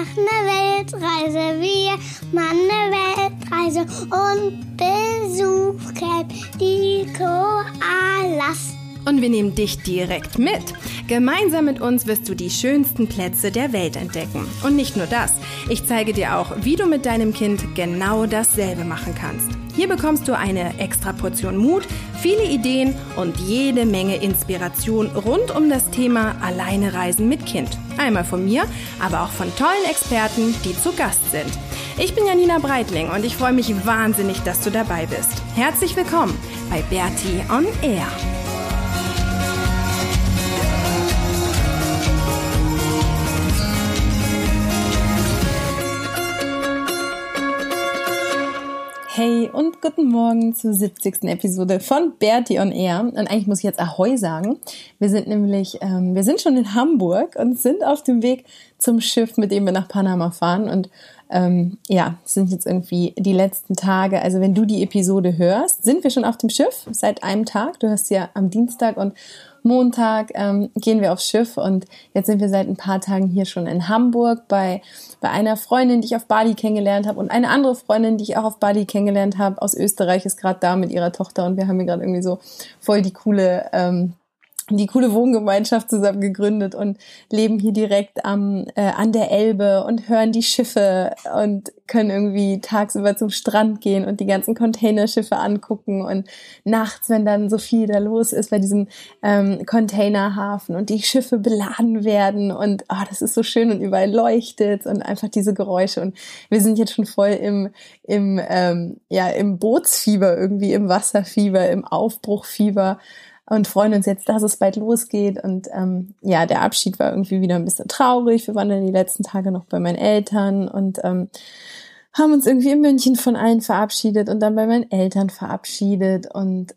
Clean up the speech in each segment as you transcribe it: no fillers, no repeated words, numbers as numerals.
machen eine Weltreise. Wir machen eine Weltreise und besuchen die Koalas. Und wir nehmen dich direkt mit. Gemeinsam mit uns wirst du die schönsten Plätze der Welt entdecken. Und nicht nur das, ich zeige dir auch, wie du mit deinem Kind genau dasselbe machen kannst. Hier bekommst du eine extra Portion Mut, viele Ideen und jede Menge Inspiration rund um das Thema Alleine reisen mit Kind. Einmal von mir, aber auch von tollen Experten, die zu Gast sind. Ich bin Janina Breitling und ich freue mich wahnsinnig, dass du dabei bist. Herzlich willkommen bei Berti on Air. Hey und guten Morgen zur 70. Episode von Berti on Air. Und eigentlich muss ich jetzt Ahoi sagen. Wir sind schon in Hamburg und sind auf dem Weg zum Schiff, mit dem wir nach Panama fahren. Und sind jetzt irgendwie die letzten Tage. Also wenn du die Episode hörst, sind wir schon auf dem Schiff seit einem Tag. Du hörst ja am Dienstag und Montag gehen wir aufs Schiff und jetzt sind wir seit ein paar Tagen hier schon in Hamburg bei einer Freundin, die ich auf Bali kennengelernt habe und eine andere Freundin, die ich auch auf Bali kennengelernt habe, aus Österreich, ist gerade da mit ihrer Tochter und wir haben hier gerade irgendwie so voll die coole Wohngemeinschaft zusammen gegründet und leben hier direkt an der Elbe und hören die Schiffe und können irgendwie tagsüber zum Strand gehen und die ganzen Containerschiffe angucken und nachts, wenn dann so viel da los ist bei diesem Containerhafen und die Schiffe beladen werden und das ist so schön und überall leuchtet und einfach diese Geräusche und wir sind jetzt schon voll im Bootsfieber irgendwie, im Wasserfieber, im Aufbruchfieber und freuen uns jetzt, dass es bald losgeht. Und der Abschied war irgendwie wieder ein bisschen traurig. Wir waren dann die letzten Tage noch bei meinen Eltern und haben uns irgendwie in München von allen verabschiedet und dann bei meinen Eltern verabschiedet. Und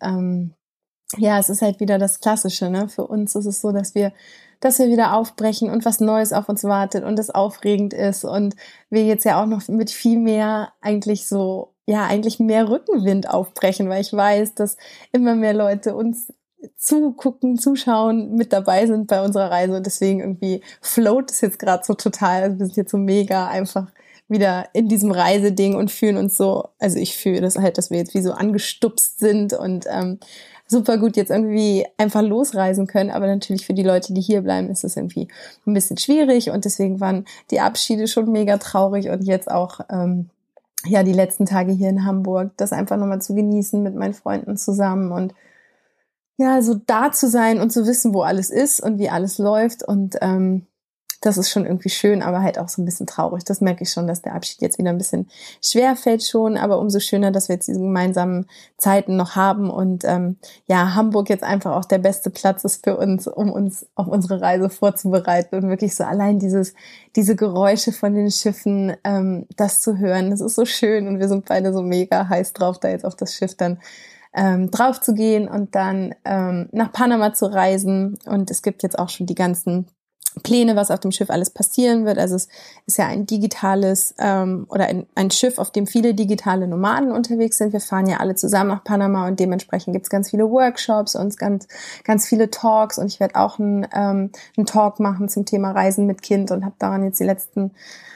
es ist halt wieder das Klassische, ne? Für uns ist es so, dass wir wieder aufbrechen und was Neues auf uns wartet und es aufregend ist. Und wir jetzt ja auch noch mit viel mehr eigentlich mehr Rückenwind aufbrechen, weil ich weiß, dass immer mehr Leute uns zugucken, zuschauen, mit dabei sind bei unserer Reise und deswegen irgendwie float es jetzt gerade so total. Also wir sind jetzt so mega einfach wieder in diesem Reiseding und fühlen uns so, also ich fühle das halt, dass wir jetzt wie so angestupst sind und super gut jetzt irgendwie einfach losreisen können, aber natürlich für die Leute, die hier bleiben, ist es irgendwie ein bisschen schwierig und deswegen waren die Abschiede schon mega traurig und jetzt auch die letzten Tage hier in Hamburg, das einfach nochmal zu genießen mit meinen Freunden zusammen und so da zu sein und zu wissen, wo alles ist und wie alles läuft und das ist schon irgendwie schön, aber halt auch so ein bisschen traurig. Das merke ich schon, dass der Abschied jetzt wieder ein bisschen schwer fällt schon, aber umso schöner, dass wir jetzt diese gemeinsamen Zeiten noch haben und Hamburg jetzt einfach auch der beste Platz ist für uns, um uns auf unsere Reise vorzubereiten und wirklich so allein diese Geräusche von den Schiffen, das zu hören, das ist so schön und wir sind beide so mega heiß drauf, da jetzt auf das Schiff dann drauf zu gehen und dann nach Panama zu reisen und es gibt jetzt auch schon die ganzen Pläne, was auf dem Schiff alles passieren wird. Also es ist ja ein digitales oder ein Schiff, auf dem viele digitale Nomaden unterwegs sind. Wir fahren ja alle zusammen nach Panama und dementsprechend gibt es ganz viele Workshops und ganz, ganz viele Talks und ich werde auch einen Talk machen zum Thema Reisen mit Kind und habe daran jetzt die letzten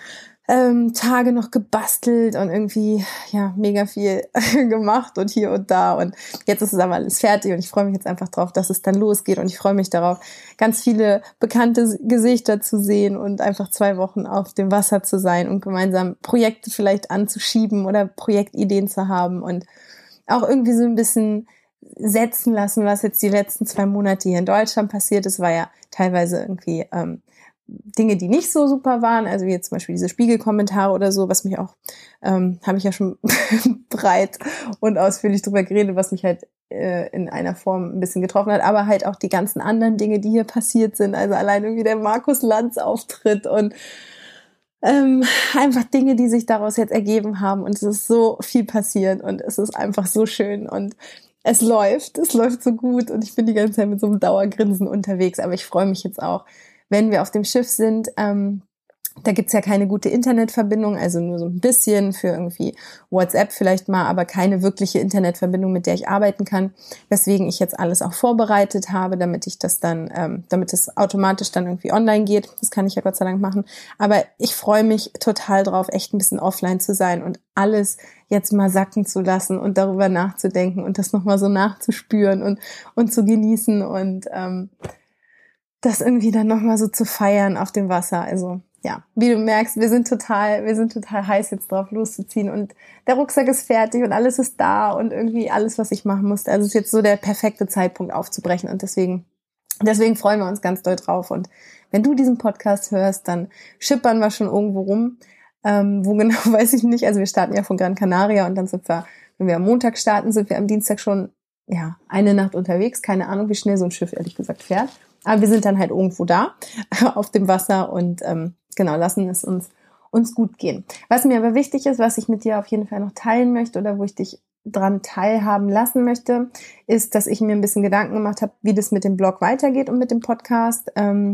Tage noch gebastelt und irgendwie mega viel gemacht und hier und da und jetzt ist es aber alles fertig und ich freue mich jetzt einfach drauf, dass es dann losgeht und ich freue mich darauf, ganz viele bekannte Gesichter zu sehen und einfach 2 Wochen auf dem Wasser zu sein und gemeinsam Projekte vielleicht anzuschieben oder Projektideen zu haben und auch irgendwie so ein bisschen setzen lassen, was jetzt die letzten 2 Monate hier in Deutschland passiert ist, war ja teilweise irgendwie Dinge, die nicht so super waren, also wie jetzt zum Beispiel diese Spiegelkommentare oder so, was mich auch, habe ich ja schon breit und ausführlich drüber geredet, was mich halt in einer Form ein bisschen getroffen hat, aber halt auch die ganzen anderen Dinge, die hier passiert sind, also allein irgendwie der Markus Lanz Auftritt und einfach Dinge, die sich daraus jetzt ergeben haben und es ist so viel passiert und es ist einfach so schön und es läuft so gut und ich bin die ganze Zeit mit so einem Dauergrinsen unterwegs, aber ich freue mich jetzt auch, wenn wir auf dem Schiff sind, Da gibt's ja keine gute Internetverbindung, also nur so ein bisschen für irgendwie WhatsApp vielleicht mal, aber keine wirkliche Internetverbindung, mit der ich arbeiten kann, weswegen ich jetzt alles auch vorbereitet habe, damit ich das dann, damit es automatisch dann irgendwie online geht. Das kann ich ja Gott sei Dank machen. Aber ich freue mich total drauf, echt ein bisschen offline zu sein und alles jetzt mal sacken zu lassen und darüber nachzudenken und das nochmal so nachzuspüren und zu genießen und das irgendwie dann nochmal so zu feiern auf dem Wasser. Also ja, wie du merkst, wir sind total heiß jetzt drauf loszuziehen und der Rucksack ist fertig und alles ist da und irgendwie alles, was ich machen musste. Also es ist jetzt so der perfekte Zeitpunkt aufzubrechen und deswegen freuen wir uns ganz doll drauf. Und wenn du diesen Podcast hörst, dann schippern wir schon irgendwo rum. Wo genau, weiß ich nicht. Also wir starten ja von Gran Canaria und dann sind wir, wenn wir am Montag starten, sind wir am Dienstag schon, ja, eine Nacht unterwegs. Keine Ahnung, wie schnell so ein Schiff ehrlich gesagt fährt. Aber wir sind dann halt irgendwo da auf dem Wasser und genau, lassen es uns gut gehen. Was mir aber wichtig ist, was ich mit dir auf jeden Fall noch teilen möchte oder wo ich dich dran teilhaben lassen möchte, ist, dass ich mir ein bisschen Gedanken gemacht habe, wie das mit dem Blog weitergeht und mit dem Podcast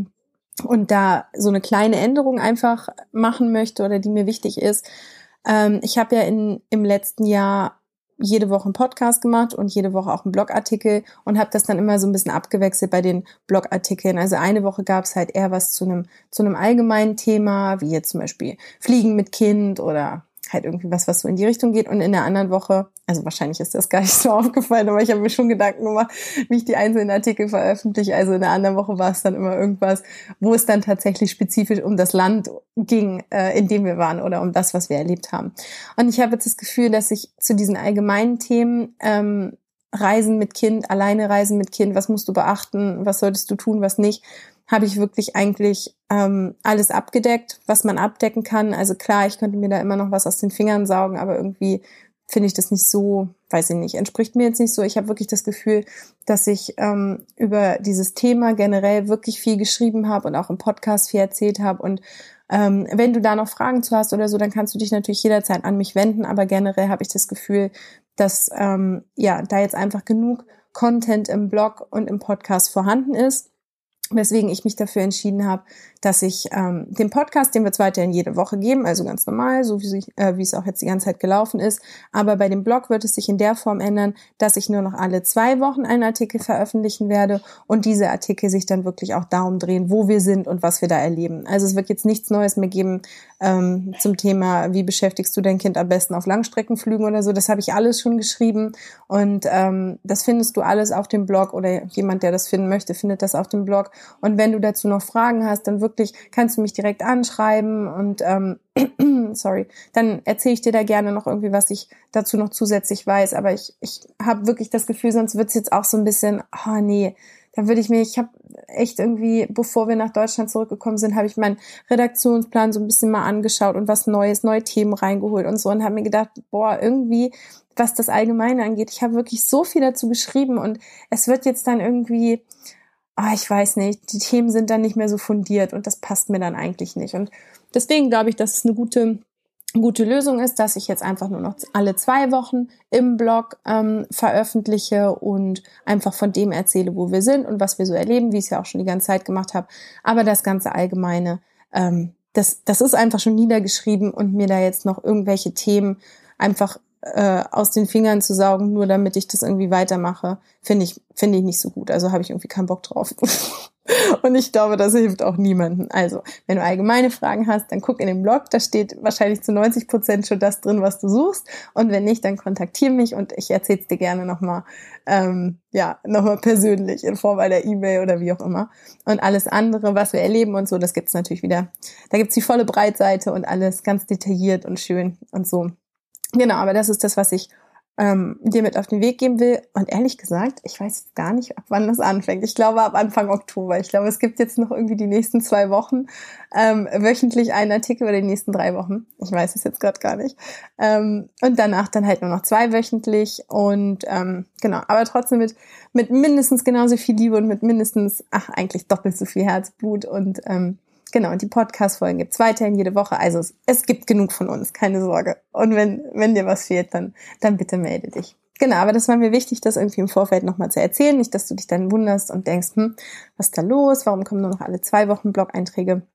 und da so eine kleine Änderung einfach machen möchte oder die mir wichtig ist. Ich habe ja im letzten Jahr jede Woche einen Podcast gemacht und jede Woche auch einen Blogartikel und habe das dann immer so ein bisschen abgewechselt bei den Blogartikeln. Also eine Woche gab es halt eher was zu einem allgemeinen Thema, wie jetzt zum Beispiel Fliegen mit Kind oder halt irgendwie was so in die Richtung geht. Und in der anderen Woche, also wahrscheinlich ist das gar nicht so aufgefallen, aber ich habe mir schon Gedanken gemacht, wie ich die einzelnen Artikel veröffentliche. Also in der anderen Woche war es dann immer irgendwas, wo es dann tatsächlich spezifisch um das Land ging, in dem wir waren oder um das, was wir erlebt haben. Und ich habe jetzt das Gefühl, dass ich zu diesen allgemeinen Themen Reisen mit Kind, alleine reisen mit Kind, was musst du beachten, was solltest du tun, was nicht, habe ich wirklich eigentlich alles abgedeckt, was man abdecken kann. Also klar, ich könnte mir da immer noch was aus den Fingern saugen, aber irgendwie finde ich das nicht so, weiß ich nicht, entspricht mir jetzt nicht so. Ich habe wirklich das Gefühl, dass ich über dieses Thema generell wirklich viel geschrieben habe und auch im Podcast viel erzählt habe. Und wenn du da noch Fragen zu hast oder so, dann kannst du dich natürlich jederzeit an mich wenden. Aber generell habe ich das Gefühl, dass da jetzt einfach genug Content im Blog und im Podcast vorhanden ist. Weswegen ich mich dafür entschieden habe, dass ich den Podcast, den wir weiterhin jede Woche geben, also ganz normal, so wie es auch jetzt die ganze Zeit gelaufen ist, aber bei dem Blog wird es sich in der Form ändern, dass ich nur noch alle 2 Wochen einen Artikel veröffentlichen werde und diese Artikel sich dann wirklich auch darum drehen, wo wir sind und was wir da erleben. Also es wird jetzt nichts Neues mehr geben zum Thema, wie beschäftigst du dein Kind am besten auf Langstreckenflügen oder so. Das habe ich alles schon geschrieben und das findest du alles auf dem Blog oder jemand, der das finden möchte, findet das auf dem Blog. Und wenn du dazu noch Fragen hast, dann wirklich kannst du mich direkt anschreiben und dann erzähle ich dir da gerne noch irgendwie, was ich dazu noch zusätzlich weiß. Aber ich habe wirklich das Gefühl, sonst wird es jetzt auch so ein bisschen, ich habe echt irgendwie, bevor wir nach Deutschland zurückgekommen sind, habe ich meinen Redaktionsplan so ein bisschen mal angeschaut und was Neues, neue Themen reingeholt und so und habe mir gedacht, irgendwie, was das Allgemeine angeht, ich habe wirklich so viel dazu geschrieben und es wird jetzt dann irgendwie, ich weiß nicht, die Themen sind dann nicht mehr so fundiert und das passt mir dann eigentlich nicht. Und deswegen glaube ich, dass es eine gute Lösung ist, dass ich jetzt einfach nur noch alle 2 Wochen im Blog veröffentliche und einfach von dem erzähle, wo wir sind und was wir so erleben, wie ich es ja auch schon die ganze Zeit gemacht habe. Aber das ganze Allgemeine, das ist einfach schon niedergeschrieben und mir da jetzt noch irgendwelche Themen einfach aus den Fingern zu saugen, nur damit ich das irgendwie weitermache, finde ich nicht so gut. Also habe ich irgendwie keinen Bock drauf. Und ich glaube, das hilft auch niemandem. Also, wenn du allgemeine Fragen hast, dann guck in den Blog, da steht wahrscheinlich zu 90% schon das drin, was du suchst. Und wenn nicht, dann kontaktiere mich und ich erzähle es dir gerne nochmal persönlich in Form einer E-Mail oder wie auch immer. Und alles andere, was wir erleben und so, das gibt's natürlich wieder. Da gibt's die volle Breitseite und alles ganz detailliert und schön und so. Genau, aber das ist das, was ich dir mit auf den Weg geben will. Und ehrlich gesagt, ich weiß gar nicht, ab wann das anfängt. Ich glaube, ab Anfang Oktober. Ich glaube, es gibt jetzt noch irgendwie die nächsten 2 Wochen wöchentlich einen Artikel oder die nächsten 3 Wochen. Ich weiß es jetzt gerade gar nicht. Und danach dann halt nur noch 2 wöchentlich. Und genau, aber trotzdem mit mindestens genauso viel Liebe und mit mindestens, eigentlich doppelt so viel Herzblut. Und genau, die Podcast-Folgen gibt's weiterhin jede Woche. Also es gibt genug von uns, keine Sorge. Und wenn dir was fehlt, dann bitte melde dich. Genau, aber das war mir wichtig, das irgendwie im Vorfeld nochmal zu erzählen. Nicht, dass du dich dann wunderst und denkst, was ist da los? Warum kommen nur noch alle 2 Wochen Blog-Einträge?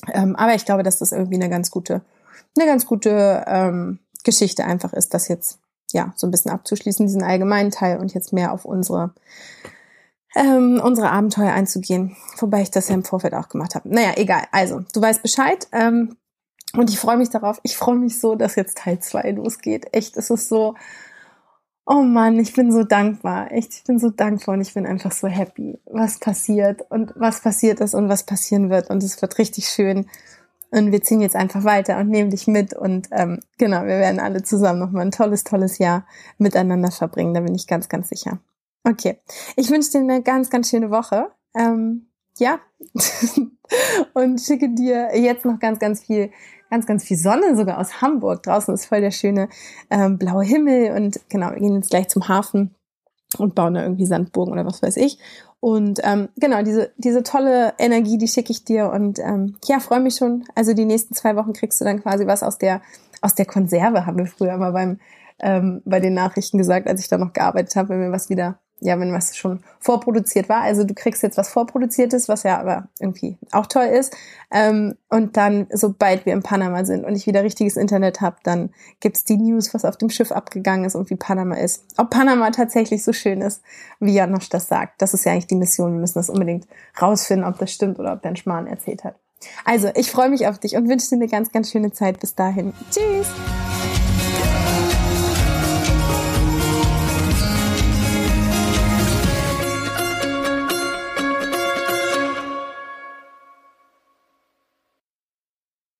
Aber ich glaube, dass das irgendwie eine ganz gute Geschichte einfach ist, das jetzt ja so ein bisschen abzuschließen, diesen allgemeinen Teil und jetzt mehr auf unsere Abenteuer einzugehen, wobei ich das ja im Vorfeld auch gemacht habe. Naja, egal. Also, du weißt Bescheid und ich freue mich darauf. Ich freue mich so, dass jetzt Teil 2 losgeht. Echt, es ist so, oh Mann, ich bin so dankbar. Echt, ich bin so dankbar und ich bin einfach so happy, was passiert und was passiert ist und was passieren wird. Und es wird richtig schön. Und wir ziehen jetzt einfach weiter und nehmen dich mit. Und genau, wir werden alle zusammen nochmal ein tolles Jahr miteinander verbringen. Da bin ich ganz, ganz sicher. Okay, ich wünsche dir eine ganz, ganz schöne Woche. Ja, und schicke dir jetzt noch ganz, ganz viel Sonne, sogar aus Hamburg. Draußen ist voll der schöne blaue Himmel und genau, wir gehen jetzt gleich zum Hafen und bauen da irgendwie Sandburgen oder was weiß ich. Und genau, diese tolle Energie, die schicke ich dir und ja, freue mich schon. Also die nächsten 2 Wochen kriegst du dann quasi was aus der Konserve, haben wir früher mal bei den Nachrichten gesagt, als ich da noch gearbeitet habe, wenn was schon vorproduziert war. Also du kriegst jetzt was Vorproduziertes, was ja aber irgendwie auch toll ist. Und dann, sobald wir in Panama sind und ich wieder richtiges Internet habe, dann gibt's die News, was auf dem Schiff abgegangen ist und wie Panama ist. Ob Panama tatsächlich so schön ist, wie Janosch das sagt. Das ist ja eigentlich die Mission. Wir müssen das unbedingt rausfinden, ob das stimmt oder ob der ein Schmarrn erzählt hat. Also, ich freue mich auf dich und wünsche dir eine ganz, ganz schöne Zeit. Bis dahin. Tschüss!